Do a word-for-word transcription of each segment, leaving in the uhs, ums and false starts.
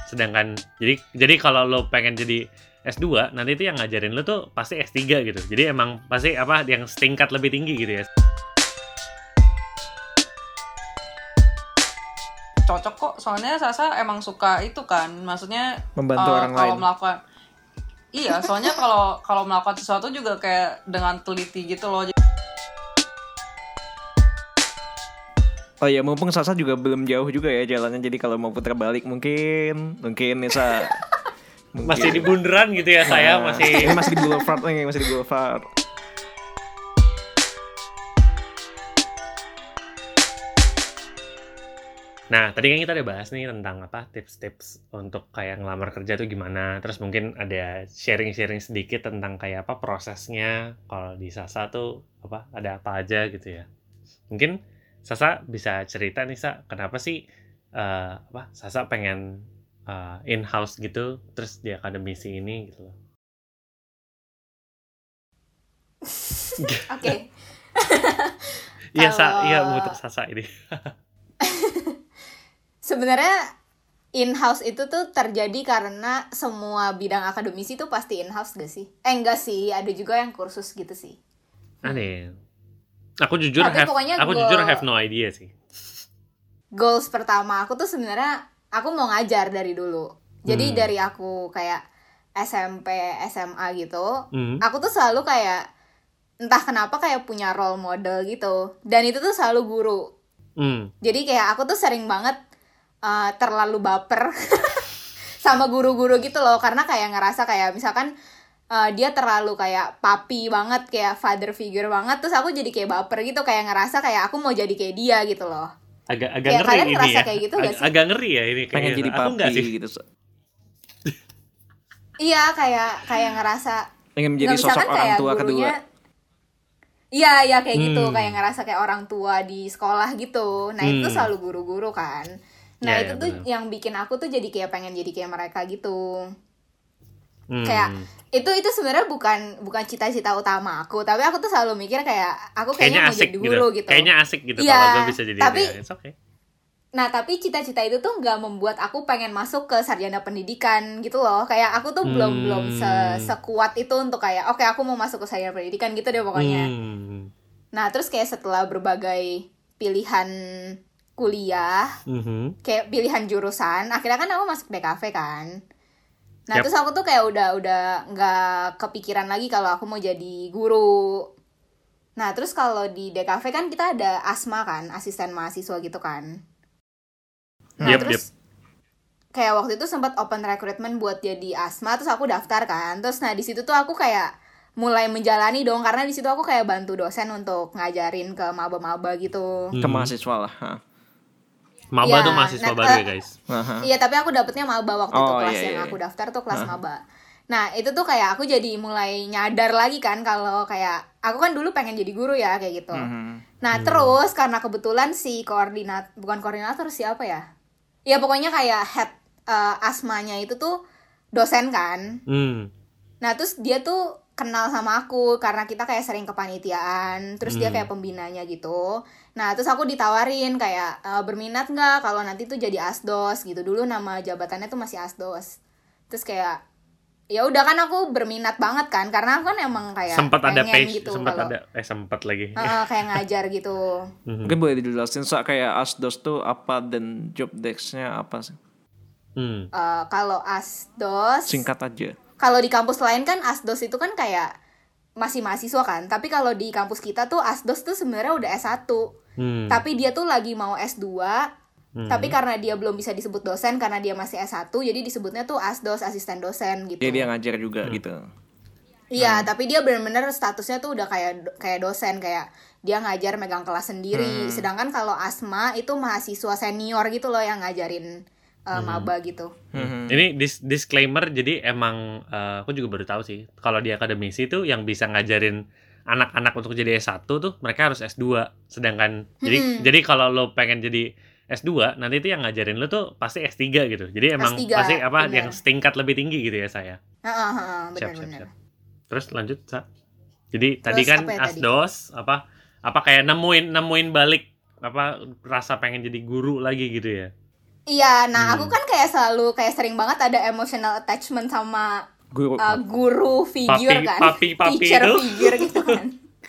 Sedangkan jadi jadi kalau lo pengen jadi S dua, nanti itu yang ngajarin lo tuh pasti S tiga gitu. Jadi emang pasti apa yang setingkat lebih tinggi gitu ya. Cocok kok, soalnya Sasa emang suka itu kan, maksudnya membantu uh, orang kalau lain. melakukan iya, soalnya kalau kalau melakukan sesuatu juga kayak dengan teliti gitu loh. Oh ya, mumpung Sasa juga belum jauh juga ya jalannya, jadi kalau mau putar balik mungkin mungkin Nisa mungkin. Masih di bundaran gitu ya saya Nah, masih ini masih di boulevard nih, masih di boulevard. Nah, tadi kan kita udah bahas nih tentang apa tips-tips untuk kayak ngelamar kerja tuh gimana. Terus mungkin ada sharing-sharing sedikit tentang kayak apa prosesnya kalau di Sasa tuh apa ada apa aja gitu ya. Mungkin Sasa bisa cerita nih Sa, kenapa sih uh, apa Sasa pengen uh, in-house gitu terus di akademisi ini gitu loh. Oke. Iya Sa, Kalau- iya muter Sasa ini. Sebenarnya in-house itu tuh terjadi karena semua bidang akademisi tuh pasti in-house gak sih? Eh enggak sih, ada juga yang kursus gitu sih. Aneh. Aku jujur Tapi have pokoknya aku gua- jujur have no idea sih. Goals pertama aku tuh sebenarnya aku mau ngajar dari dulu. Jadi Hmm. dari aku kayak S M P, S M A gitu, Hmm. aku tuh selalu kayak entah kenapa kayak punya role model gitu. Dan itu tuh selalu guru. Hmm. Jadi kayak aku tuh sering banget uh, terlalu baper sama guru-guru gitu loh, karena kayak ngerasa kayak misalkan uh, dia terlalu kayak papi banget, kayak father figure banget, terus aku jadi kayak baper gitu, kayak ngerasa kayak aku mau jadi kayak dia gitu loh. Agak agak Ya, ngeri kalian ini ngerasa ya. kayak gitu nggak Ag- sih? agak ngeri ya ini Pengen kayaknya. jadi Aku enggak papi sih. gitu. Iya, kayak kayak ngerasa Pengen menjadi nggak, sosok misalkan orang kayak tua kedua. Iya, ya kayak gitu, Hmm. kayak ngerasa kayak orang tua di sekolah gitu. Nah, itu Hmm. selalu guru-guru kan. Nah, Ya, itu ya, tuh benar. yang bikin aku tuh jadi kayak pengen jadi kayak mereka gitu. Hmm. Kayak itu itu sebenarnya bukan bukan cita-cita utama aku, tapi aku tuh selalu mikir kayak aku Kayaknya kayaknya, mau asik jadi gitu. guru gitu. Kayaknya asik gitu Iya, kalau gue bisa jadi tapi- dia. It's okay. Nah, tapi cita-cita itu tuh nggak membuat aku pengen masuk ke sarjana pendidikan gitu loh. Kayak aku tuh belum Hmm. belum se- sekuat itu untuk kayak oke aku mau masuk ke sarjana pendidikan gitu deh pokoknya. Hmm. Nah, terus kayak setelah berbagai pilihan kuliah, Mhm. kayak pilihan jurusan, akhirnya kan aku masuk D K V kan. Nah, Yap. terus aku tuh kayak udah udah nggak kepikiran lagi kalau aku mau jadi guru. Nah, terus kalau di D K V kan kita ada ASMA kan, asisten mahasiswa gitu kan. Nah, Yep, terus kayak waktu itu sempat open recruitment buat jadi ASMA, terus aku daftar kan. Terus nah di situ tuh aku kayak mulai menjalani dong, karena di situ aku kayak bantu dosen untuk ngajarin ke maba-maba gitu. Ke mahasiswa lah. Ha. Maba Ya, tuh mahasiswa nah, baru ya eh, guys. Aha. Iya, tapi aku dapetnya maba waktu itu, Oh, kelas iya, yang iya. aku daftar tuh kelas maba. Nah, itu tuh kayak aku jadi mulai nyadar lagi kan kalau kayak aku kan dulu pengen jadi guru ya kayak gitu. Mhm. Nah, terus karena kebetulan si koordinat bukan koordinator siapa ya? Ya pokoknya kayak head eh, asmanya itu tuh dosen kan. Hmm. Nah, terus dia tuh kenal sama aku karena kita kayak sering kepanitiaan, terus dia Hmm. kayak pembinanya gitu. Nah, terus aku ditawarin kayak e, berminat nggak kalau nanti tuh jadi asdos gitu. Dulu nama jabatannya tuh masih asdos. Terus kayak ya udah kan aku berminat banget kan karena aku kan emang kayak Sempat ada pengen page, gitu sempat kalau ada eh sempat lagi. Heeh, kayak ngajar gitu. Mhm. Mungkin boleh dijelasin Sa, kayak asdos tuh apa dan job desk-nya apa sih? Hmm. Eh, kalau asdos Singkat aja. kalau di kampus lain kan asdos itu kan kayak masih mahasiswa kan, tapi kalau di kampus kita tuh asdos tuh sebenarnya udah S satu. Hmm. Tapi dia tuh lagi mau S dua. Hmm. Tapi karena dia belum bisa disebut dosen karena dia masih S satu, jadi disebutnya tuh asdos, asisten dosen gitu. Jadi dia ngajar juga gitu. Iya, tapi dia benar-benar statusnya tuh udah kayak kayak dosen, kayak dia ngajar megang kelas sendiri. Sedangkan kalau Asma itu mahasiswa senior gitu loh yang ngajarin uh, maba gitu. Mhm. Ini dis- disclaimer, jadi emang eh, aku juga baru tahu sih kalau di akademisi tuh yang bisa ngajarin anak-anak untuk jadi S satu tuh mereka harus S dua. Sedangkan jadi Hmm. jadi kalau lo pengen jadi S dua nanti itu yang ngajarin lo tuh pasti S tiga gitu. Jadi emang S tiga, pasti apa bener. yang setingkat lebih tinggi gitu ya saya. Heeh, heeh, Siap, siap, benar-benar. siap. Terus lanjut, Sa. Jadi tadi Terus kan apa ya tadi? asdos apa apa kayak nemuin nemuin balik apa rasa pengen jadi guru lagi gitu ya. Iya, nah Hmm. aku kan kayak selalu kayak sering banget ada emotional attachment sama Guru. uh, guru figure Papi- kan, papi-papi teacher itu. figure gitu kan.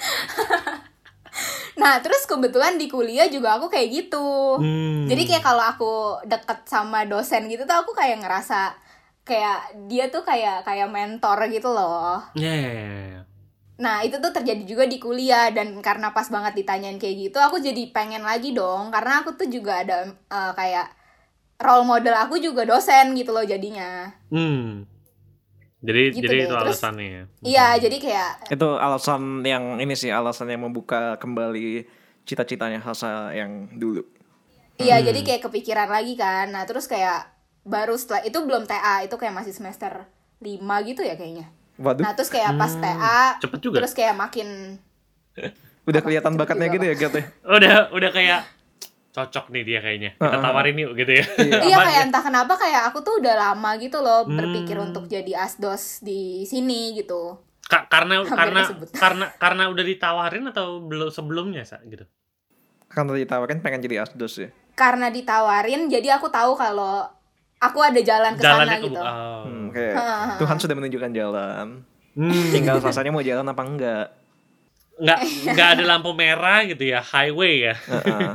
Nah terus kebetulan di kuliah juga aku kayak gitu. Hmm. Jadi kayak kalau aku deket sama dosen gitu tuh aku kayak ngerasa kayak dia tuh kayak kayak mentor gitu loh. Ya, ya, ya, ya. Nah itu tuh terjadi juga di kuliah, dan karena pas banget ditanyain kayak gitu aku jadi pengen lagi dong, karena aku tuh juga ada uh, kayak role model aku juga dosen gitu loh jadinya. Hmm. Jadi Gitu jadi deh. itu Terus- alasannya ya. Iya jadi kayak Itu alasan yang ini sih, alasan yang membuka kembali cita-citanya Sasa yang dulu. iya Hmm. jadi kayak kepikiran lagi kan. Nah terus kayak baru setelah itu belum T A, itu kayak masih semester lima gitu ya kayaknya. Waduh, Nah terus kayak pas Hmm. T A Cepet juga. terus kayak makin udah apa, kelihatan cepet bakatnya juga, gitu ya Gat ya. Udah udah kayak cocok nih dia kayaknya. Kita Heeh. tawarin yuk gitu ya. iya Apa kayak ya? entah kenapa kayak aku tuh udah lama gitu loh Hmm. berpikir untuk jadi asdos di sini gitu. Ka- karena Hampir karena kesebut. karena karena udah ditawarin atau belum sebelumnya Sa gitu. Karena ditawarin pengen jadi asdos ya. Karena ditawarin jadi aku tahu kalau aku ada jalan ke sana Jalannya ke gitu. oh. Hmm, kayak Heeh. Tuhan sudah menunjukkan jalan. Hmm. Tinggal Sasanya mau jalan apa enggak. nggak nggak ada lampu merah gitu ya, highway ya. Heeh.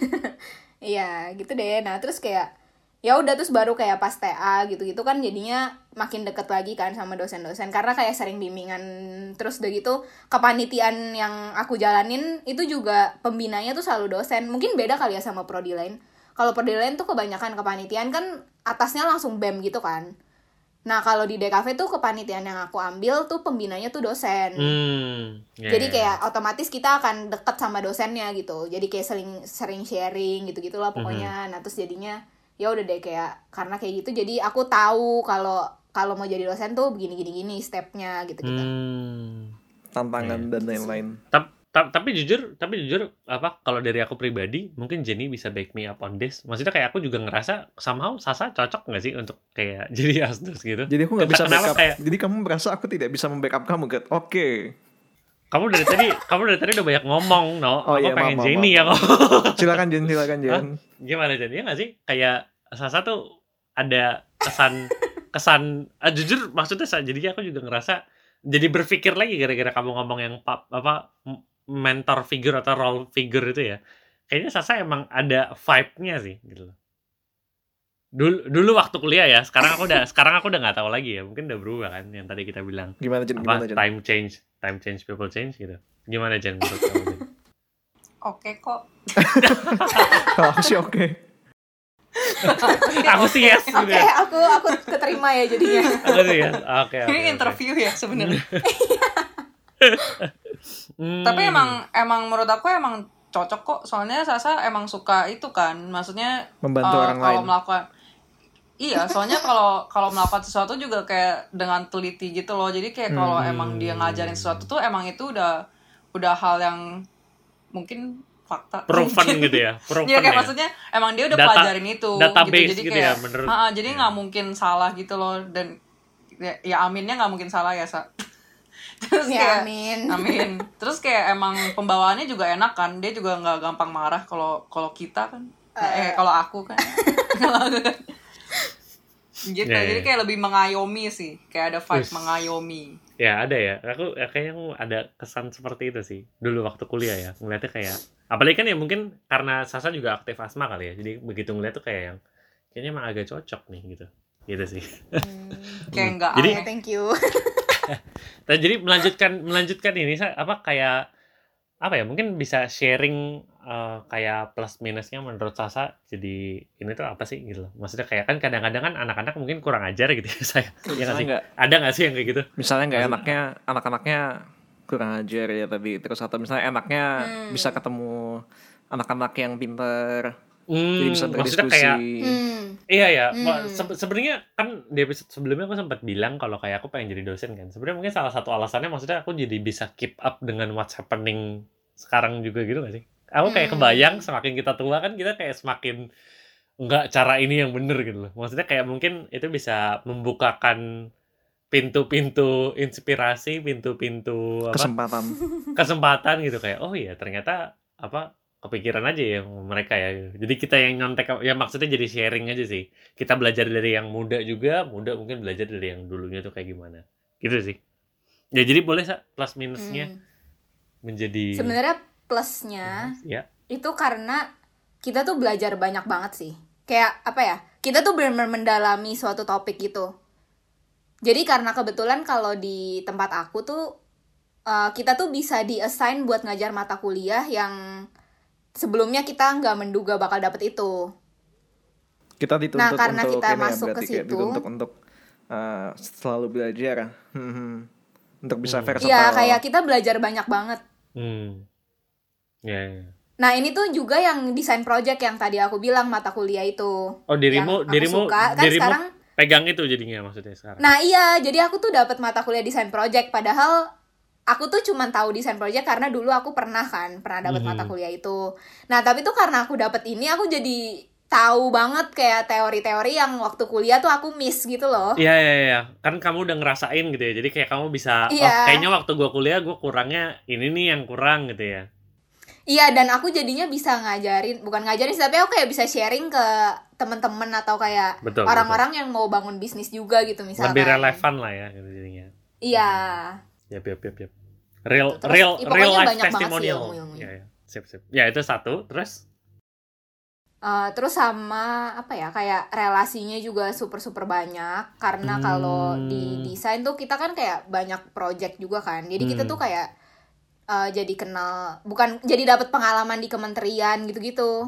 Iya gitu deh. Nah terus kayak ya udah terus baru kayak pas T A gitu-gitu kan jadinya makin deket lagi kan sama dosen-dosen, karena kayak sering bimbingan. Terus udah gitu kepanitiaan yang aku jalanin itu juga pembinanya tuh selalu dosen. Mungkin beda kali ya sama prodi lain. Kalau prodi lain tuh kebanyakan kepanitiaan kan atasnya langsung B E M gitu kan. Nah kalau di D K V tuh kepanitiaan yang aku ambil tuh pembinanya tuh dosen. Hmm. Ya, Jadi ya. kayak otomatis kita akan deket sama dosennya gitu. Jadi kayak sering sering sharing gitu-gitu lah pokoknya. Nah, terus jadinya ya udah deh kayak karena kayak gitu jadi aku tahu kalau kalau mau jadi dosen tuh begini-gini gini stepnya gitu-gitu. Hmm. Tantangan Iya. dan lain-lain. Ta- ta- tapi jujur, tapi jujur apa kalau dari aku pribadi, mungkin Jenny bisa back me up on this. Maksudnya kayak aku juga ngerasa somehow Sasa cocok nggak sih untuk kayak jadi asdos gitu. Jadi aku nggak bisa Kenapa backup. kayak Jadi kamu merasa aku tidak bisa membackup kamu, Gat? Oke. kamu dari tadi kamu dari tadi udah banyak ngomong, no? Oh Aku iya, pengen maaf, Jenny maaf, ya maaf. kok. Silakan Jen, silakan Jen. Gimana Jen? Ya nggak sih? Kayak Sasa tuh ada kesan kesan ah, jujur maksudnya Sa, jadinya aku juga ngerasa jadi berpikir lagi gara-gara kamu ngomong yang pap, apa m- mentor figure atau role figure itu ya. Kayaknya Sasa emang ada vibe-nya sih gitu loh. Dulu dulu waktu kuliah ya, sekarang aku udah sekarang aku udah nggak tahu lagi ya. Mungkin udah berubah kan yang tadi kita bilang. Gimana Jen? Apa Gimana Jen? time change, time change people change gitu. Gimana Jen menurut kamu? Jen? Oke kok. Kalau aku sih oke. Aku sih yes gitu. Oke, ya. aku aku keterima ya jadinya. Aku sih yes. Oke. oke, Ini oke. interview ya sebenarnya. Hmm. Tapi emang emang menurut aku emang cocok kok. Soalnya Sasa emang suka itu kan. Maksudnya Membantu eh, orang kalau lain. melakukan Iya, soalnya kalau kalau melakukan sesuatu juga kayak dengan teliti gitu loh. Jadi kayak kalau Hmm. emang dia ngajarin sesuatu tuh emang itu udah udah hal yang mungkin fakta. proven mungkin. gitu ya. Proven Iya kayak ya. maksudnya emang dia udah Data- pelajarin itu database Jadi gitu kayak, ya, menurut- "Ha-ha, jadi ya. nggak mungkin salah gitu loh. Dan ya, ya aminnya nggak mungkin salah ya Sa. Terus Ya kayak, amin. amin. Terus kayak emang pembawaannya juga enak kan. Dia juga nggak gampang marah kalau kalau kita kan. Eh, kalau aku kan. Kalau aku kan. Gitu. Ya, ya. Jadi kayak lebih mengayomi sih. Kayak ada vibe Wis. mengayomi. Ya ada ya. Aku ya, kayaknya aku ada kesan seperti itu sih. Dulu waktu kuliah ya. Ngeliatnya kayak. Apalagi kan ya mungkin karena Sasa juga aktif asma kali ya. Jadi begitu ngeliat tuh kayak yang. Kayaknya emang agak cocok nih gitu. Gitu sih. Hmm, Kayak nggak Jadi- aneh. thank you. Nah, jadi melanjutkan melanjutkan ini Sa, apa kayak. Apa ya mungkin bisa sharing eh, kayak plus minusnya menurut Sasa. Jadi ini tuh apa sih gitu loh. Maksudnya kayak kan kadang-kadang kan anak-anak mungkin kurang ajar gitu ya saya. Iya nggak Misalnya sih? nggak, Ada nggak sih yang kayak gitu? misalnya nggak enaknya anak-anaknya kurang ajar ya tadi. Terus atau misalnya enaknya Hmm. bisa ketemu anak-anak yang pinter, Hmm, jadi bisa maksudnya berdiskusi. kayak Hmm. iya ya, Hmm. se- sebenarnya kan di episode sebelumnya aku sempat bilang kalau kayak aku pengen jadi dosen kan. Sebenarnya mungkin salah satu alasannya maksudnya aku jadi bisa keep up dengan what's happening sekarang juga gitu gak sih? Aku kayak Hmm. kebayang semakin kita tua kan kita kayak semakin enggak cara ini yang bener gitu loh. Maksudnya kayak mungkin itu bisa membukakan pintu-pintu inspirasi, pintu-pintu apa Kesempatan. kesempatan gitu kayak oh iya ternyata apa kepikiran aja ya mereka ya. Jadi kita yang nyontek, ya maksudnya jadi sharing aja sih. Kita belajar dari yang muda juga, muda mungkin belajar dari yang dulunya tuh kayak gimana. Gitu sih. Ya jadi boleh Sa, plus minusnya Hmm. menjadi Sebenarnya plusnya ya. itu karena kita tuh belajar banyak banget sih. Kayak apa ya? Kita tuh benar-benar mendalami suatu topik gitu. Jadi karena kebetulan kalau di tempat aku tuh uh, kita tuh bisa di-assign buat ngajar mata kuliah yang sebelumnya kita nggak menduga bakal dapet itu. Kita dituntut Nah, karena untuk kita ini ya, masuk ke berarti kayak situ. dituntut untuk uh, selalu belajar. Hmm. Untuk bisa Hmm. versatile. Iya, kayak kita belajar banyak banget. Hmm. Ya, ya. Nah, ini tuh juga yang desain project yang tadi aku bilang mata kuliah itu. Oh, dirimu Yang aku dirimu suka. Kan dirimu sekarang, pegang itu jadinya maksudnya sekarang. nah iya, jadi aku tuh dapat mata kuliah desain project. Padahal aku tuh cuma tahu desain project karena dulu aku pernah kan, pernah dapat Mhm. mata kuliah itu. Nah, tapi tuh karena aku dapat ini, aku jadi tahu banget kayak teori-teori yang waktu kuliah tuh aku miss gitu loh. Iya, iya, iya. Kan kamu udah ngerasain gitu ya. Jadi kayak kamu bisa, oh Iya. kayaknya waktu gua kuliah gua kurangnya ini nih yang kurang gitu ya. Iya, dan aku jadinya bisa ngajarin, bukan ngajarin sih, tapi aku kayak bisa sharing ke teman-teman atau kayak Betul, orang-orang yang mau bangun bisnis juga gitu misalkan. Lebih relevan lah ya gitu jadinya. Iya. Yap, yap, yap, yap. Real, Terus, real, ya, pokoknya real life banyak banget sih testimonial. ilmu-ilmunya. Ya, ya. Sip, sip. Ya itu satu. Terus? Uh, terus sama apa ya, kayak relasinya juga super super banyak karena Hmm. kalau di desain tuh kita kan kayak banyak project juga kan, jadi kita Hmm. tuh kayak uh, jadi kenal, bukan jadi dapat pengalaman di kementerian gitu-gitu.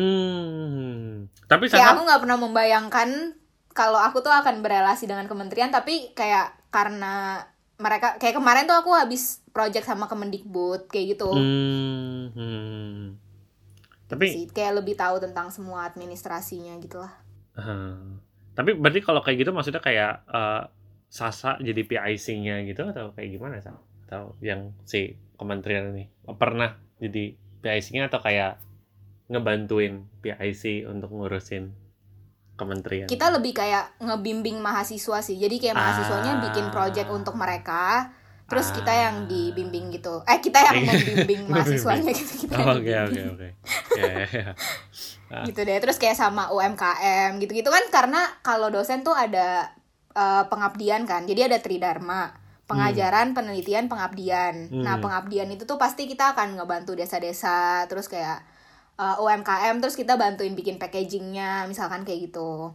Hmm. Tapi Kayak Sasa, aku nggak pernah membayangkan kalau aku tuh akan berelasi dengan kementerian, tapi kayak karena mereka kayak kemarin tuh aku habis project sama Kemendikbud kayak gitu. hmm, hmm. Tapi, Sih, kayak lebih tahu tentang semua administrasinya gitu lah. uh, tapi berarti kalau kayak gitu maksudnya kayak uh, Sasa jadi P I C-nya gitu atau kayak gimana Sa? Atau yang si kementerian ini pernah jadi P I C-nya atau kayak ngebantuin P I C untuk ngurusin kementerian? Kita lebih kayak ngebimbing mahasiswa sih. Jadi kayak mahasiswanya Ah. bikin project untuk mereka, terus Ah. kita yang dibimbing gitu. Eh, kita yang membimbing mahasiswanya gitu. Kita yang Oh, oke dibimbing. oke oke. Ya ya ya. Ah. Gitu deh. Terus kayak sama U M K M gitu-gitu kan, karena kalau dosen tuh ada uh, pengabdian kan. Jadi ada tridharma, pengajaran, penelitian, pengabdian. Hmm. Nah, pengabdian itu tuh pasti kita akan ngebantu desa-desa, terus kayak uh, U M K M, terus kita bantuin bikin packagingnya, misalkan kayak gitu.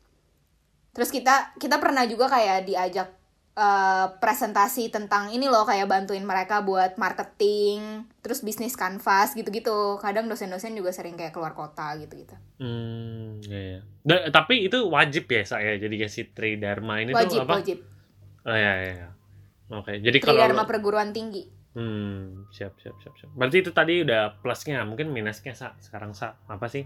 Terus kita kita pernah juga kayak diajak uh, presentasi tentang ini loh, kayak bantuin mereka buat marketing, terus bisnis canvas gitu-gitu. Kadang dosen-dosen juga sering kayak keluar kota gitu-gitu. Hmm, ya, ya. Da- tapi itu wajib ya saya jadi kayak si Tridharma ini Wajib, tuh apa? wajib. Oh ya ya. ya. Oke, jadi kalau Tridharma perguruan tinggi. hmm, siap siap siap siap. Berarti itu tadi udah plusnya, mungkin minusnya Sa. Sekarang Sa, apa sih?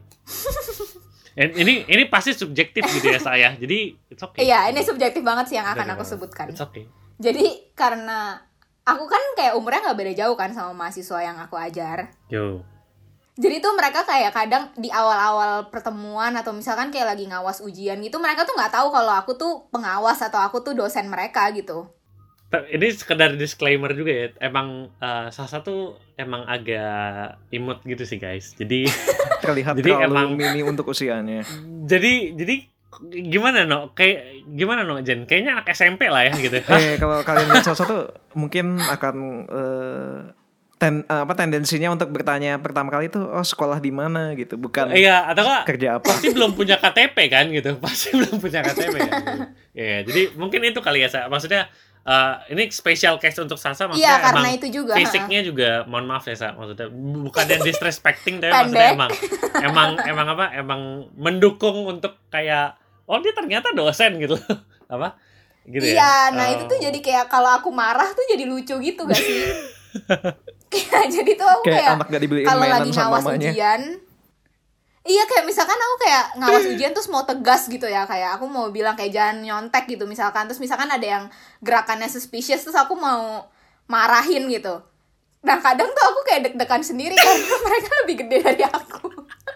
Eh, ini ini pasti subjektif gitu ya saya. Jadi it's okay. Iya, ini subjektif banget sih yang akan Subjektif aku banget. sebutkan. It's okay. Jadi karena aku kan kayak umurnya nggak beda jauh kan sama mahasiswa yang aku ajar. Yo. Jadi tuh mereka kayak kadang di awal-awal pertemuan atau misalkan kayak lagi ngawas ujian gitu, mereka tuh nggak tahu kalau aku tuh pengawas atau aku tuh dosen mereka gitu. Ini sekedar disclaimer juga ya. Emang uh, Sasa tuh emang agak imut gitu sih guys. Jadi Terlihat Jadi terlalu emang- mini untuk usianya. jadi jadi gimana no? Kayak gimana no Jen? Kayaknya anak S M P lah ya gitu. Eh kalau kalian lihat salah satu mungkin akan eh, ten, eh, apa tendensinya untuk bertanya pertama kali itu oh sekolah di mana gitu, bukan Iya, atau enggak kerja apa. pasti belum punya K T P kan gitu. Pasti belum punya K T P kan. Gitu. Iya, jadi mungkin itu kali ya Sa. Maksudnya eh, ini special case untuk Sasa maksudnya Iya, karena emang itu juga. fisiknya juga mohon maaf ya Sa. Maksudnya bukan yang disrespecting tapi maksudnya Pendek. emang emang emang apa? Emang mendukung untuk kayak oh dia ternyata dosen gitu. Apa? Gitu Iya, ya. nah Oh. itu tuh jadi kayak kalau aku marah tuh jadi lucu gitu gak sih? Kayak jadi tuh aku Kayak kayak anak gak dibeliin kalau mainan lagi sama ngawas mamanya. ujian, iya kayak misalkan aku kayak ngawas ujian terus mau tegas gitu ya, kayak aku mau bilang kayak jangan nyontek gitu misalkan, terus misalkan ada yang gerakannya suspicious terus aku mau marahin gitu. Nah kadang tuh aku kayak deg-degan sendiri karena mereka lebih gede dari aku.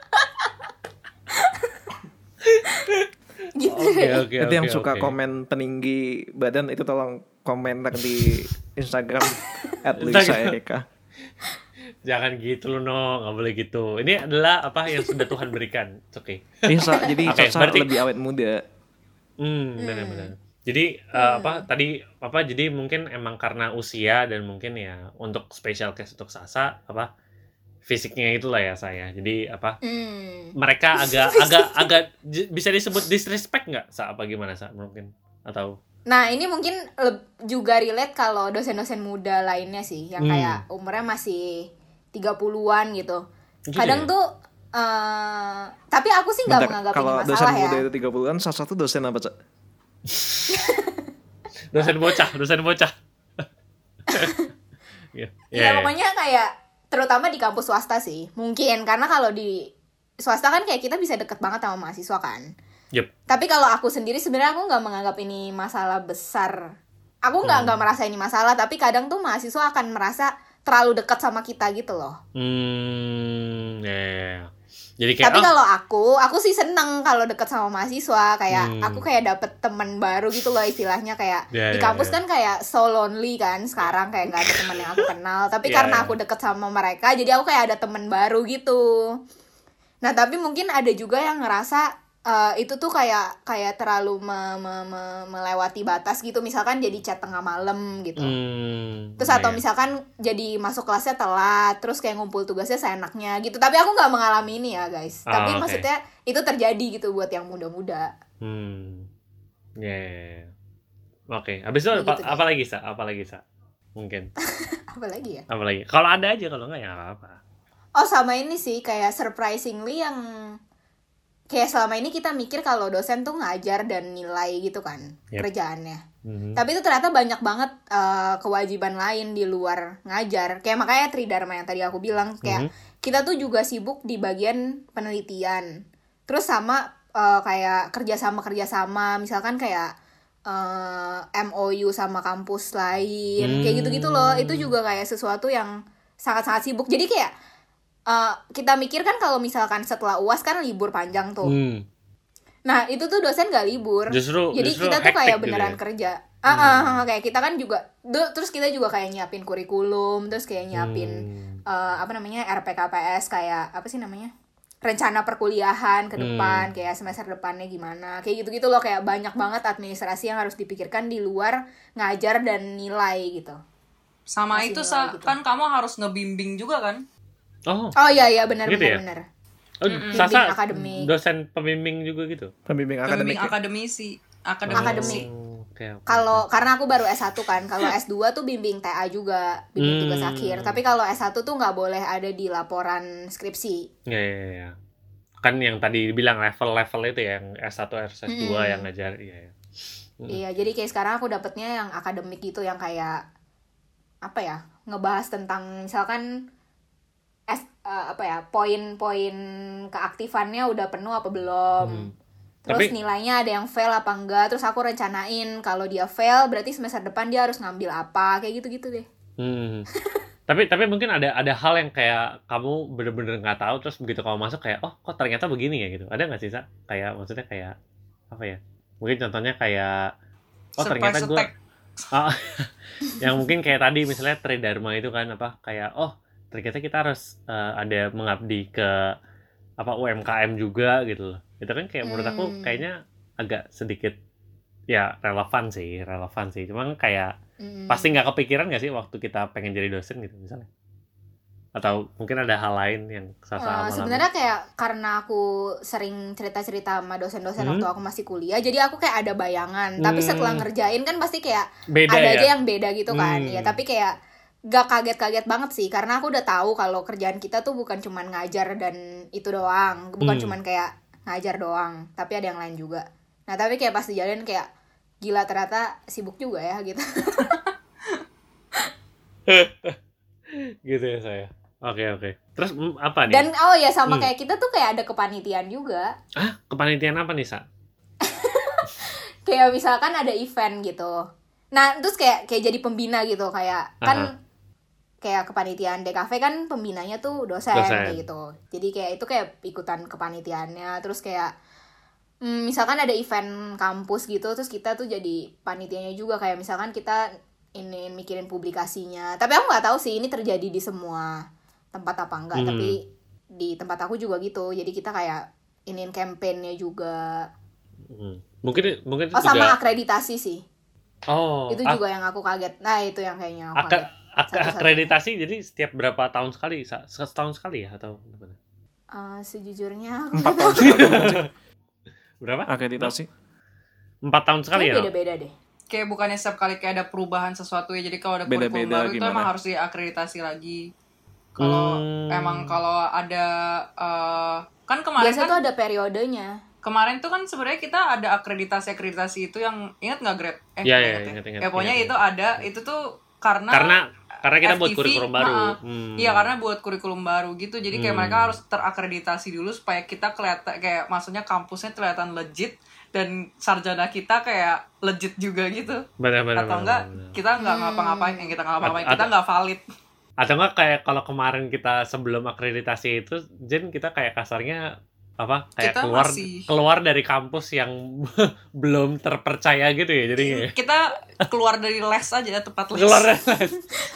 Gitu Oke, deh. oke, Itu yang oke, suka oke. komen peninggi badan itu tolong komentar di Instagram at Lisa Instagram. Erika. Jangan gitu loh, no, nggak boleh gitu. Ini adalah apa yang sudah Tuhan berikan. Oke. Okay. Bisa, jadi Oke, Sasa berarti- lebih awet muda. Hmm, benar-benar. Jadi eh, apa tadi apa jadi mungkin emang karena usia dan mungkin ya untuk special case untuk Sasa apa fisiknya itulah ya saya. Jadi apa Hmm. mereka agak agak agak j- bisa disebut disrespect nggak Sa apa gimana Sa mungkin atau Nah, ini mungkin leb- juga relate kalau dosen-dosen muda lainnya sih, yang Hmm. kayak umurnya masih tiga puluhan gitu. Gitu Kadang ya? tuh, eh tapi aku sih nggak Bentar, menganggap kalau ini dosen masalah ya. muda itu tiga puluhan, Sasa tuh dosen apa, Cak? dosen bocah, dosen bocah. Iya, Iya, iya, pokoknya kayak, terutama di kampus swasta sih. Mungkin, karena kalau di swasta kan kayak kita bisa deket banget sama mahasiswa kan. Yep. Tapi kalau aku sendiri sebenarnya aku nggak menganggap ini masalah besar. Aku nggak nggak merasa ini masalah, tapi kadang tuh mahasiswa akan merasa terlalu dekat sama kita gitu loh. Hmm, ya, ya, ya. Jadi kayak Tapi oh, kalau aku, aku sih seneng kalau deket sama mahasiswa. Kayak Hmm. aku kayak dapet teman baru gitu loh istilahnya. Kayak Ya, di ya, kampus ya. kan kayak so lonely kan sekarang. Kayak gak ada teman yang aku kenal. Tapi Ya, karena ya. aku deket sama mereka, jadi aku kayak ada teman baru gitu. Nah tapi mungkin ada juga yang ngerasa eh, itu tuh kayak kayak terlalu me- me- me- melewati batas gitu. Misalkan jadi chat tengah malam gitu. hmm, Terus ya, atau ya. misalkan jadi masuk kelasnya telat, terus kayak ngumpul tugasnya seenaknya gitu. Tapi aku nggak mengalami ini ya guys. Ah, Tapi oke. maksudnya itu terjadi gitu buat yang muda-muda. Hmm. Ya. ya, ya. Oke, habis itu Kayak apa, gitu deh. apa lagi Sa? Apa lagi Sa? Mungkin. Apa lagi ya? Apa lagi? Kalau ada aja, kalau enggak ya nggak apa-apa. Oh sama ini sih kayak surprisingly yang kayak selama ini kita mikir kalau dosen tuh ngajar dan nilai gitu kan Yep. kerjaannya. Mhm. Tapi itu ternyata banyak banget eh, kewajiban lain di luar ngajar. Kayak makanya Tridharma yang tadi aku bilang kayak Mhm. kita tuh juga sibuk di bagian penelitian. Terus sama eh, kayak kerjasama kerjasama, misalkan kayak eh, M O U sama kampus lain, kayak gitu-gitu loh. Itu juga kayak sesuatu yang sangat-sangat sibuk. Jadi kayak eh, kita mikir kan kalau misalkan setelah U A S kan libur panjang tuh. Hmm. Nah itu tuh dosen gak libur. Justru- Jadi justru kita tuh hektik kayak gitu beneran ya? kerja. Ah, ah, ah, kayak kita kan juga, du- terus kita juga kayak nyiapin kurikulum, terus kayak nyiapin Hmm. eh, apa namanya R P K P S kayak apa sih namanya rencana perkuliahan ke depan, kayak semester depannya gimana, kayak gitu-gitu loh, kayak banyak banget administrasi yang harus dipikirkan di luar ngajar dan nilai gitu. Sama Masih itu nilai Sa, gitu. kan kamu harus ngebimbing juga kan? Oh, Oh iya iya benar Gitu benar ya? benar. oh Sasa Bimbing akademik. dosen pembimbing juga gitu. Pembimbing Pembimbing akademik. ya? akademisi, akademisi. Akademik. Oh, oke, oke. Kalau karena aku baru S satu kan, kalau S dua tuh bimbing T A juga, bimbing tugas Hmm. akhir. Tapi kalau S satu tuh nggak boleh ada di laporan skripsi. Ya, ya, ya. Kan yang tadi bilang level-level itu ya, yang S satu, S dua Hmm. yang ngajar, iya ya. Hmm. Iya, jadi kayak sekarang aku dapetnya yang akademik gitu, yang kayak apa ya, ngebahas tentang misalkan S, eh, apa ya, poin-poin keaktifannya udah penuh apa belum. Hmm. Terus Tapi- nilainya ada yang fail apa enggak. Terus aku rencanain kalau dia fail berarti semester depan dia harus ngambil apa, kayak gitu-gitu deh. Hmm. tapi tapi mungkin ada ada hal yang kayak kamu bener-bener nggak tahu terus begitu kamu masuk kayak oh kok ternyata begini ya gitu. Ada nggak sih Sa? Kayak maksudnya kayak apa ya? Mungkin contohnya kayak oh ternyata Surprise gue attack. oh, yang mungkin kayak tadi misalnya Tridharma itu kan apa kayak oh ternyata kita harus eh, ada mengabdi ke apa U M K M juga gitu loh. Itu kan kayak menurut aku Hmm. kayaknya agak sedikit ya relevan sih, relevan sih. Cuman kayak Hmm. pasti nggak kepikiran nggak sih waktu kita pengen jadi dosen gitu misalnya? Atau mungkin ada hal lain yang Sasa Eh, alami? sebenarnya kayak karena aku sering cerita-cerita sama dosen-dosen Hmm. waktu aku masih kuliah, jadi aku kayak ada bayangan. Tapi Hmm. setelah ngerjain kan pasti kayak beda ada ya? aja yang beda gitu kan. Hmm. Ya tapi kayak gak kaget-kaget banget sih, karena aku udah tahu kalau kerjaan kita tuh bukan cuman ngajar dan itu doang, bukan Hmm. cuman kayak ngajar doang, tapi ada yang lain juga. Nah tapi kayak pas dijalin kayak gila ternyata sibuk juga ya gitu. gitu ya saya. Oke oke. Terus mm, apa nih? Dan oh ya sama Hmm. kayak kita tuh kayak ada kepanitiaan juga. Ah kepanitiaan apa nih Sa? Kayak misalkan ada event gitu. Nah, terus kayak kayak jadi pembina gitu, kayak kan Aha. kayak kepanitiaan D K V kan pembinanya tuh dosen, Dosen. kayak gitu. Jadi kayak itu kayak ikutan kepanitiaannya, terus kayak hmm, misalkan ada event kampus gitu, terus kita tuh jadi panitianya juga, kayak misalkan kita ini mikirin publikasinya. Tapi aku nggak tahu sih ini terjadi di semua tempat apa enggak, Hmm. tapi di tempat aku juga gitu. Jadi kita kayak iniin campaign-nya juga. Hmm. Mungkin mungkin itu Oh, sama juga akreditasi sih. oh Itu ak- juga yang aku kaget. Nah, itu yang kayaknya aku ak- kaget. ak- Satu-satunya. akreditasi jadi setiap berapa tahun sekali? Sa- Setahun sekali ya atau gimana? Eh, sejujurnya aku Empat tahun sekali bukan sih? Berapa? Akreditasi. Empat tahun sekali kayak ya? No? beda-beda deh. Kayak bukannya setiap kali kayak ada perubahan sesuatu ya. Jadi kalau ada kurikulum Beda-beda baru itu gimana? emang harus diakreditasi lagi. Kalau Hmm. emang kalau ada eh, kan kemarin Biasa kan tuh ada periodenya. kemarin tuh kan sebenarnya kita ada akreditasi-akreditasi itu yang ingat nggak Grade? Eh, Iya, nggak iya, ingat ya? ingat, ingat, Ya pokoknya ingat, itu ada, itu tuh karena Karena karena kita buat F T V, kurikulum baru. uh-uh. Hmm. Iya, karena buat kurikulum baru gitu. Jadi kayak Hmm. mereka harus terakreditasi dulu supaya kita kelihatan kayak maksudnya kampusnya kelihatan legit dan sarjana kita kayak legit juga gitu. Benar-benar. Atau enggak kita nggak Hmm. ngapa-ngapain, yang kita nggak ngapa-ngapain, Atau- kita nggak valid. Atau enggak kayak kalau kemarin kita sebelum akreditasi itu, Jen kita kayak kasarnya apa? Kayak Kita keluar masih- keluar dari kampus yang belum terpercaya gitu ya. Jadi kayak Kita keluar dari les aja, tempat les. keluar dari les.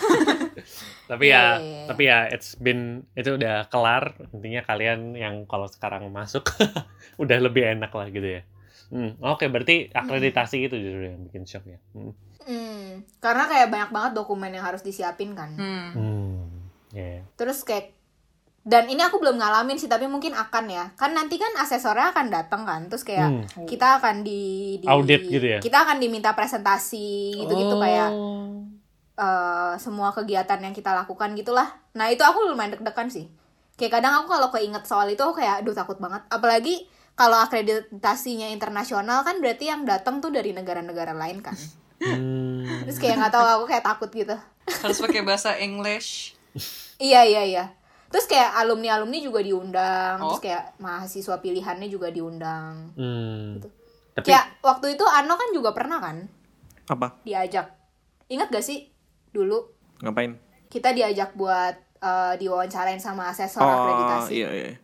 Tapi ya, Iya, iya, iya. tapi ya it's been itu udah kelar. Intinya kalian yang kalau sekarang masuk udah lebih enak lah gitu ya. Hmm, oke, berarti akreditasi itu justru yang bikin shock ya. Hmm. Hmm, karena kayak banyak banget dokumen yang harus disiapin kan. Hmm. Hmm. Yeah. Terus kayak, dan ini aku belum ngalamin sih, tapi mungkin akan ya. Kan nanti kan asesornya akan datang kan, terus kayak Hmm. kita akan di, di Audit gitu ya? Kita akan diminta presentasi gitu-gitu kayak Oh. eh, semua kegiatan yang kita lakukan gitulah. Nah itu aku lumayan deg-degan sih. Kayak kadang aku kalau keinget soal itu aku kayak aduh takut banget. Apalagi kalau akreditasinya internasional kan berarti yang datang tuh dari negara-negara lain kan. Hmm. Terus kayak nggak tahu, aku kayak takut gitu. Harus pakai bahasa English. Iya iya iya. Terus kayak alumni-alumni juga diundang, Oh. terus kayak mahasiswa pilihannya juga diundang. Hmm. Gitu. Tapi Kayak waktu itu Ano kan juga pernah kan Apa? diajak. Ingat gak sih dulu Ngapain? kita diajak buat eh, diwawancarain sama asesor Oh, akreditasi. iya iya.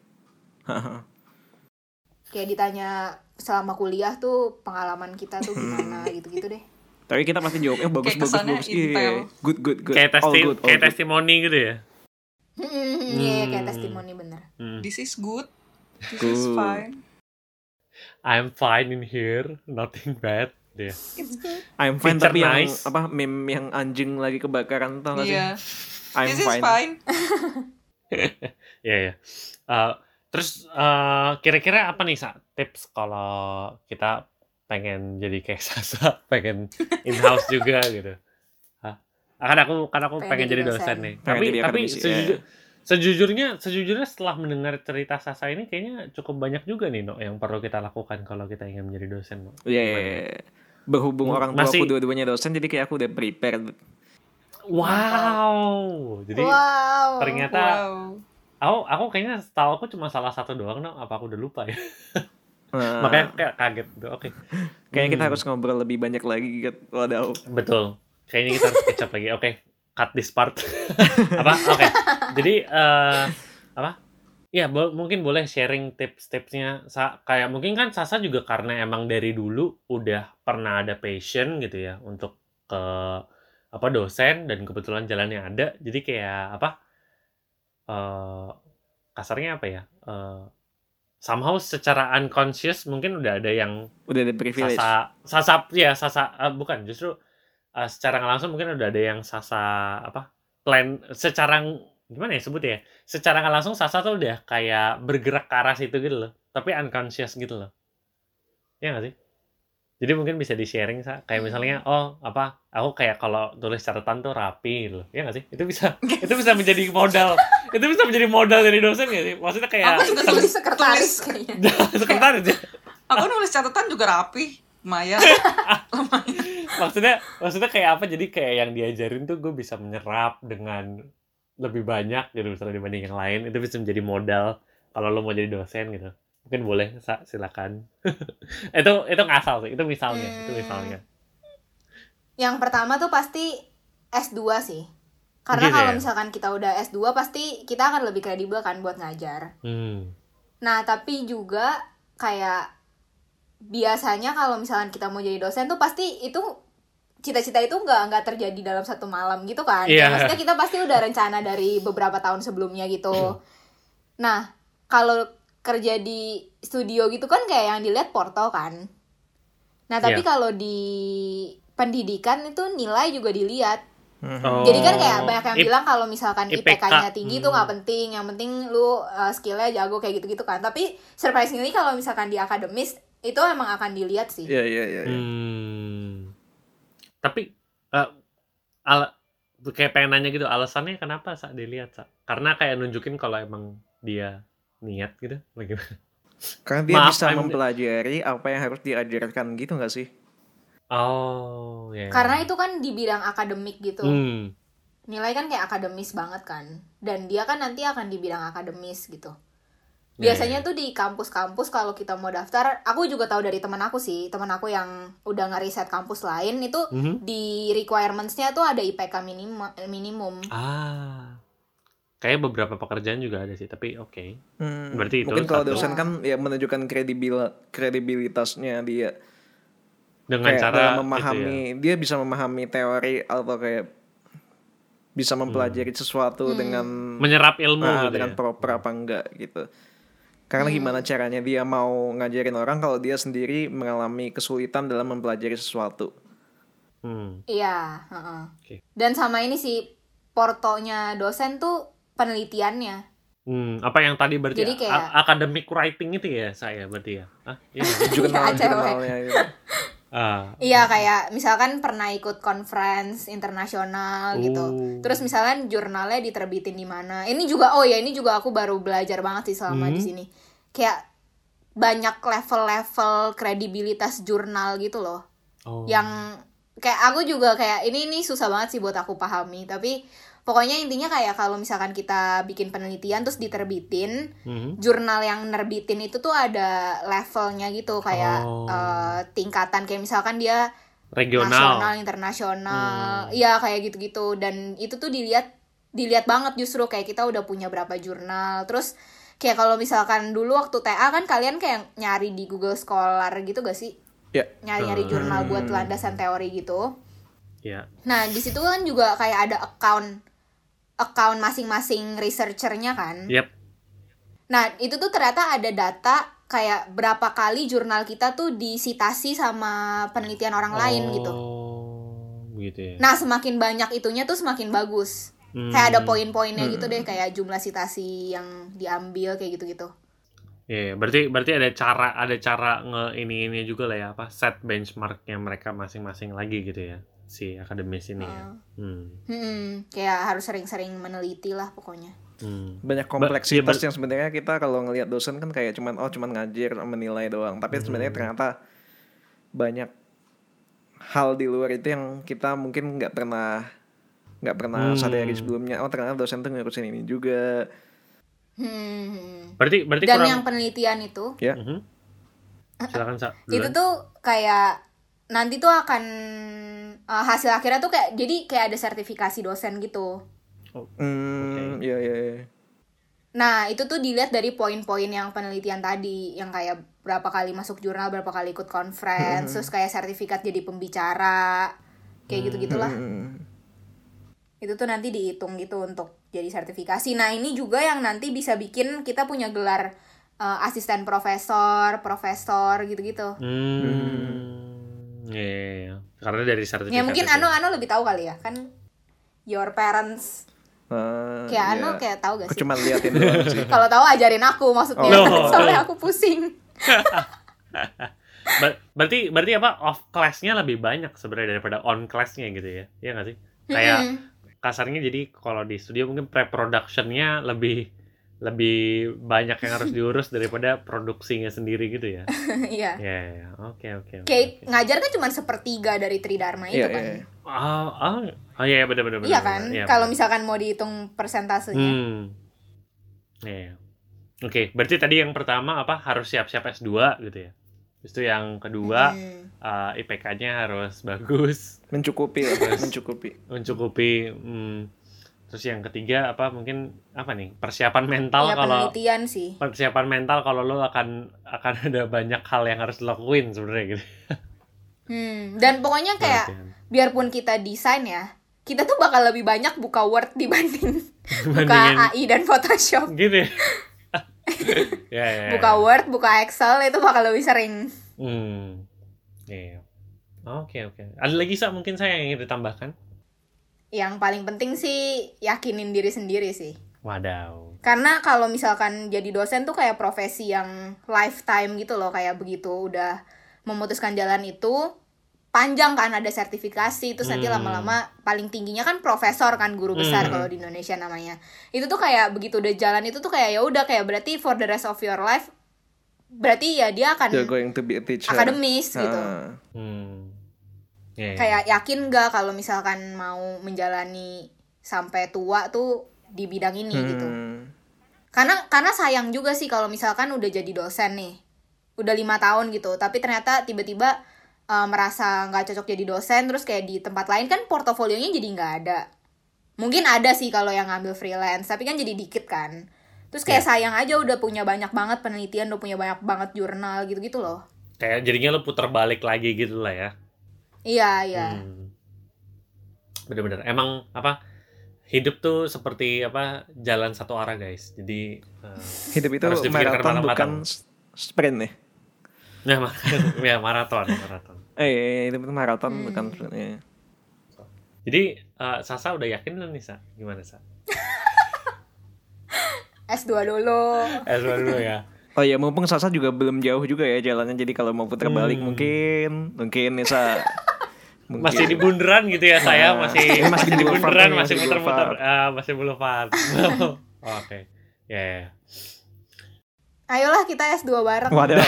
Kayak ditanya selama kuliah tuh pengalaman kita tuh gimana gitu-gitu deh. Tapi kita pasti jawabnya bagus Kayak bagus kesannya bagus. Iya, intel. good good good. kayak All testi good, all kayak good. testimoni gitu ya. Iya kayak testimoni bener. Hmm. This is good. This is Good. fine. I'm fine in here, nothing bad. Yeah. I'm fine Picture tapi yang nice. apa meme yang anjing lagi kebakaran tau gak sih? Iya. I'm This is fine. fine. Ya ya. Eh, terus eh, kira-kira apa nih Sa tips kalau kita pengen jadi kayak Sasa, pengen in-house juga gitu. Hah? Kan aku kan aku Pengen pengen, jadi jadi dosen, dosen. nih. Pengen tapi jadi tapi akademisi, sejujur, ya. sejujurnya sejujurnya setelah mendengar cerita Sasa ini kayaknya cukup banyak juga nih No yang perlu kita lakukan kalau kita ingin menjadi dosen No. Iya, iya, iya. Berhubung M- orang tua masih- aku dua-duanya dosen jadi kayak aku udah prepared. Wow. Jadi Wow. ternyata Wow. aku aku kayaknya setahu aku cuma salah satu doang No. Apa aku udah lupa ya? Nah, Makanya kayak kaget gitu. Oke. kayaknya kita Hmm. harus ngobrol lebih banyak lagi gitu. Waduh. Betul. Kayaknya kita harus kecap lagi. Oke, cut this part. Apa? Oke. Jadi eh apa? Ya, bo- mungkin boleh sharing tips-tipsnya. Sa kayak mungkin kan Sasa juga karena emang dari dulu udah pernah ada passion gitu ya untuk ke apa dosen dan kebetulan jalannya ada. Jadi kayak apa? eh kasarnya apa ya? Eh somehow secara unconscious mungkin udah ada yang Udah ada privilege. Sasa Sasa ya Sasa eh, bukan justru eh, secara nggak langsung mungkin udah ada yang Sasa apa plan secara ng- gimana ya sebut ya secara nggak langsung Sasa tuh udah kayak bergerak ke arah situ gitu loh tapi unconscious gitu loh ya nggak sih jadi mungkin bisa di sharing Sa kayak misalnya oh apa aku kayak kalau tulis catatan tuh rapi gitu loh ya nggak sih itu bisa itu bisa menjadi modal itu bisa menjadi modal dari dosen nggak sih maksudnya kayak Aku juga Tulis tulis sekretaris tulis. kayaknya. sekretaris ya Aku nulis catatan juga rapi. Lumayan. maksudnya maksudnya kayak apa jadi kayak yang diajarin tuh gue bisa menyerap dengan lebih banyak gitu misalnya dibanding yang lain itu bisa menjadi modal kalau lo mau jadi dosen gitu mungkin boleh Sa, silakan itu itu ngasal sih itu misalnya itu Hmm. misalnya Yang pertama tuh pasti S dua sih. Karena Gitu kalau ya? misalkan kita udah S dua pasti kita akan lebih kredibel kan buat ngajar. hmm. Nah, tapi juga kayak biasanya kalau misalkan kita mau jadi dosen tuh pasti itu cita-cita itu nggak nggak terjadi dalam satu malam gitu kan. Iya. Ya, maksudnya kita pasti udah rencana dari beberapa tahun sebelumnya gitu. Nah, kalau kerja di studio gitu kan kayak yang dilihat Porto kan. Nah, tapi Iya. kalau di pendidikan itu nilai juga dilihat. Oh. Jadi kan kayak banyak yang I- bilang kalau misalkan I I P P K. K-nya tinggi itu Hmm. nggak penting, yang penting lu uh, skillnya jago kayak gitu-gitu kan. Tapi surprisingly kalau misalkan di akademis itu emang akan dilihat sih. Iya iya iya. iya. Hmm. Tapi eh, ala kayak pengen nanya gitu, alasannya kenapa Sa dilihat Sa? Karena kayak nunjukin kalau emang dia niat gitu, bagaimana? Karena dia Maaf, bisa I'm- mempelajari apa yang harus diajarkan gitu nggak sih? Oh, ya. Karena itu kan di bidang akademik gitu. Hmm. Nilai kan kayak akademis banget kan. Dan dia kan nanti akan di bidang akademis gitu. Ya, Biasanya ya. tuh di kampus-kampus kalau kita mau daftar, aku juga tahu dari teman aku sih, teman aku yang udah ngeriset kampus lain itu Mhm. di requirements-nya tuh ada I P K minimum minimum. Ah. Kayak beberapa pekerjaan juga ada sih, tapi oke. Hmm, Berarti itu mungkin kalau satu. dosen kan ya menunjukkan kredibil kredibilitasnya dia Dengan kayak cara dalam itu ya. memahami, dia bisa memahami teori atau kayak bisa mempelajari sesuatu dengan menyerap ilmu ah, gitu dengan ya. proper apa enggak gitu. Karena gimana caranya dia mau ngajarin orang kalau dia sendiri mengalami kesulitan dalam mempelajari sesuatu. Hmm. Iya, heeh. Oke. Dan sama ini sih portonya dosen tuh penelitiannya. Hmm, apa yang tadi berarti Jadi kayak- a- academic writing itu ya saya berarti ya? Ah, iya. nggak sih? Jurnal Iya, cewek. jurnalnya gitu. ah, Iya, kayak misalkan pernah ikut conference internasional gitu. Oh. Terus misalnya jurnalnya diterbitin di mana. Ini juga oh ya, ini juga aku baru belajar banget sih selama Hmm. di sini. Kayak banyak level-level kredibilitas jurnal gitu loh. oh. Yang kayak aku juga kayak ini ini susah banget sih buat aku pahami, tapi pokoknya intinya kayak kalau misalkan kita bikin penelitian terus diterbitin, Mhm. jurnal yang nerbitin itu tuh ada levelnya gitu kayak Oh. eh, tingkatan kayak misalkan dia regional. nasional, internasional, iya kayak gitu-gitu. Dan itu tuh dilihat dilihat banget justru kayak kita udah punya berapa jurnal. Terus kayak kalau misalkan dulu waktu T A kan kalian kayak nyari di Google Scholar gitu gak sih? Ya. Nyari-nyari jurnal buat landasan teori gitu. Ya. Nah, di situ kan juga kayak ada account account masing-masing researchernya kan. Yep. Nah, itu tuh ternyata ada data kayak berapa kali jurnal kita tuh disitasi sama penelitian orang lain gitu. Oh, gitu ya. Nah, semakin banyak itunya tuh semakin bagus. Hmm. Kayak ada poin-poinnya gitu deh, kayak jumlah citasi yang diambil kayak gitu-gitu. Iya, berarti berarti ada cara ada cara nge ini ini juga lah ya, apa set benchmarknya mereka masing-masing lagi gitu ya, si akademis ini ya. Hmm. Hmm, kayak harus sering-sering meneliti lah pokoknya. Hmm. Banyak Ba- kompleksitas iya, ber- yang sebenarnya kita kalau ngelihat dosen kan kayak cuman oh cuman ngajar menilai doang, tapi sebenarnya ternyata banyak hal di luar itu yang kita mungkin nggak pernah nggak pernah Hmm. sadari sebelumnya. Oh ternyata dosen tuh ngurusin ini juga. Hmm. Berarti berarti Dan kurang. yang penelitian itu, Ya. Mhm. Silakan Sa. itu duluan. tuh kayak nanti tuh akan uh, hasil akhirnya tuh kayak jadi kayak ada sertifikasi dosen gitu. Hmm, iya iya. iya. Nah, itu tuh dilihat dari poin-poin yang penelitian tadi, yang kayak berapa kali masuk jurnal, berapa kali ikut conference, terus kayak sertifikat jadi pembicara, kayak gitu-gitulah. Hmm. Itu tuh nanti dihitung gitu untuk jadi sertifikasi. Nah, ini juga yang nanti bisa bikin kita punya gelar uh, asisten profesor, profesor gitu-gitu. Hmm. Iya, iya, iya. Karena dari sertifikat. Ya mungkin itu. Ano Ano lebih tahu kali ya, kan your parents. Ah, Kayak iya. Ano kayak tahu gak Aku sih? cuma liatin doang sih. Kalau tahu ajarin aku maksudnya, Oh. soalnya aku pusing. Ber- berarti berarti apa off class-nya lebih banyak sebenarnya daripada on class-nya gitu ya. Iya nggak sih? Kayak Mm-mm. kasarnya jadi kalau di studio mungkin pre-production-nya lebih lebih banyak yang harus diurus daripada produksinya sendiri gitu ya. Iya. Ya, ya, oke oke oke. Kayak oke. ngajar kan cuma sepertiga dari Tridharma itu Iya kan. iya. iya. Oh, oh, oh iya benar benar benar. Iya kan? benar. Iya, Kalau benar. misalkan mau dihitung persentasenya. Hmm. Iya. Oke, berarti tadi yang pertama apa harus siap-siap S dua gitu ya. Terus itu yang kedua Hmm. uh, I P K-nya harus bagus, Mencukupi lah, mencukupi. mencukupi. Hmm. Terus yang ketiga apa mungkin apa nih persiapan mental Iya, kalau penelitian sih. persiapan mental kalau lo akan akan ada banyak hal yang harus dilakuin sebenarnya gitu. Hmm, dan pokoknya kayak Latihan. biarpun kita desain ya, kita tuh bakal lebih banyak buka Word dibanding buka Bandingin- A I dan Photoshop. Gitu ya. Ya, ya, ya. Buka Word, buka Excel itu bakal lebih sering. Hmm. Iya. Oke, oke. Ada lagi Sa mungkin saya yang ingin ditambahkan? Yang paling penting sih yakinin diri sendiri sih. Wadaw. Karena kalau misalkan jadi dosen tuh kayak profesi yang lifetime gitu loh, kayak begitu udah memutuskan jalan itu panjang kan, ada sertifikasi, terus nanti Hmm. lama-lama paling tingginya kan profesor kan, guru besar Hmm. kalau di Indonesia namanya. Itu tuh kayak begitu udah jalan itu tuh kayak ya udah kayak berarti for the rest of your life berarti ya dia akan You're going to be a teacher. akademis gitu. Ah. Hmm. Ya, ya. Kayak yakin gak kalau misalkan mau menjalani sampai tua tuh di bidang ini gitu. Hmm. Karena karena sayang juga sih kalau misalkan udah jadi dosen nih, udah lima tahun gitu, tapi ternyata tiba-tiba uh, merasa nggak cocok jadi dosen, terus kayak di tempat lain kan portofolionya jadi nggak ada. Mungkin ada sih kalau yang ngambil freelance, tapi kan jadi dikit kan. Terus kayak sayang aja udah punya banyak banget penelitian, udah punya banyak banget jurnal gitu-gitu loh. Kayak jadinya lo puter balik lagi gitu lah ya. Iya iya. Hmm. Bener-bener. Emang apa? Hidup tuh seperti apa? Jalan satu arah guys. Jadi uh, Hidup itu harus dipikirkan maraton bukan matang-matang. s- sprint nih. Nah, mar- ya maraton, maraton. Eh, hidup itu maraton Hmm. bukan sprint. Ya. Jadi uh, Sasa udah yakin belum nih Sa? Gimana Sa? S dua dulu. Eh dulu ya. Oh ya, mumpung Sasa juga belum jauh juga ya jalannya. Jadi kalau mau putar balik Hmm. mungkin mungkin nih Sa. Mungkin. Masih di bundaran gitu ya saya, Nah, masih ini masih masih di di boulevard bundaran, nih, masih masih di muter-muter, boulevard. ah, masih boulevard. Oh, oke. Ya, ya. Ayolah kita S dua bareng. Waduh.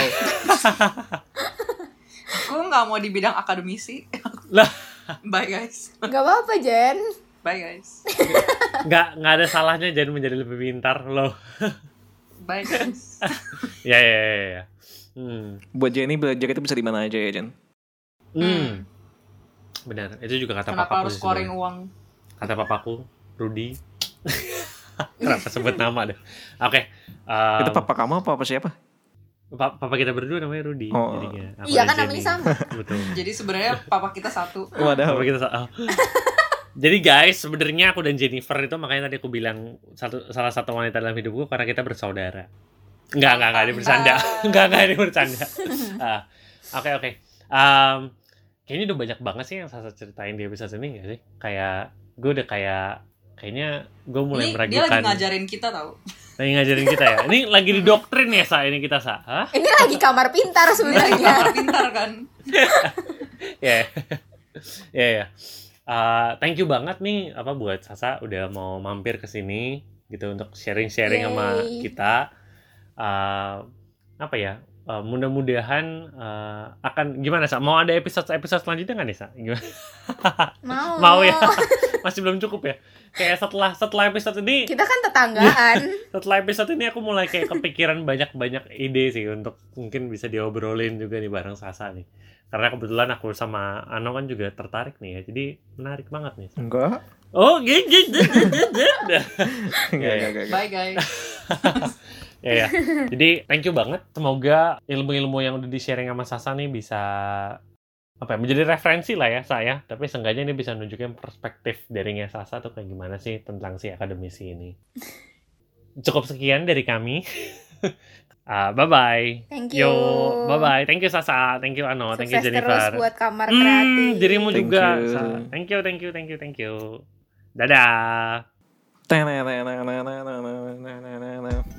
Aku nggak mau di bidang akademisi. Lah, Bye guys. Gak apa-apa Jen. Bye guys. nggak nggak ada salahnya jadi menjadi lebih pintar loh. Bye guys. Ya, ya, ya, ya. Hmm. Buat Jenny belajar itu bisa di mana aja ya, Jen? Hmm. Benar, itu juga kata Kenapa papaku harus sih keluarin sebenarnya. uang? Kata papaku, Rudy. Kenapa sebut nama deh? Oke. um, Itu papa kamu apa apa siapa? pa- papa kita berdua namanya Rudy. Oh. Jadinya. Aku Iya dan kan namanya Jenny. sama. Betul. Jadi sebenarnya papa kita satu. Waduh. Papa kita sa- oh. Jadi guys, sebenarnya aku dan Jennifer itu makanya tadi aku bilang satu salah satu wanita dalam hidupku karena kita bersaudara. Enggak, enggak, enggak, ini bercanda. Enggak, enggak, ini bercanda. Ah, Oke, oke. Um, kayaknya udah banyak banget sih yang Sasa ceritain di episode ini nggak sih? Kayak gue udah kayak kayaknya gue mulai Ini dia meragukan. lagi ngajarin kita tau. Lagi ngajarin kita ya. Ini lagi didoktrin ya Sa ini kita Sa. Hah? Ini lagi kamar pintar Dia sebenarnya. pintar kan. Ya. Ya, ya. Uh, thank you banget nih apa buat Sasa udah mau mampir ke sini gitu untuk sharing-sharing sama Yay. kita. Uh, apa ya? Uh, mudah-mudahan uh, akan gimana Sa? Mau ada episode-episode selanjutnya nggak nih Sa? Gimana? Mau. Mau ya? Masih belum cukup ya? Kayak setelah setelah episode ini, Kita kan tetanggaan. setelah episode ini aku mulai kayak kepikiran banyak-banyak ide sih untuk mungkin bisa diobrolin juga nih bareng Sasa nih. Karena kebetulan aku sama Ano kan juga tertarik nih ya. Jadi menarik banget nih. Enggak. Oh, gitu. Enggak, Ya, ya. enggak, enggak. Bye guys. Ya, ya. Jadi thank you banget. Semoga ilmu-ilmu yang udah di-sharing sama Sasa nih bisa apa ya, menjadi referensi lah ya saya. Tapi seenggaknya ini bisa nunjukin perspektif darinya Sasa tuh kayak gimana sih tentang si akademisi ini. Cukup sekian dari kami. Ah, bye-bye. Thank you. Yo, bye-bye. Thank you Sasa, thank you Ano, thank you Sukses Jennifer. terus buat kamar Hmm, kreatif. dirimu Thank juga. you. Sa. Thank you, thank you, thank you, thank you. Dadah. Nah, nah, nah, nah, nah, nah, nah, nah, nah, nah.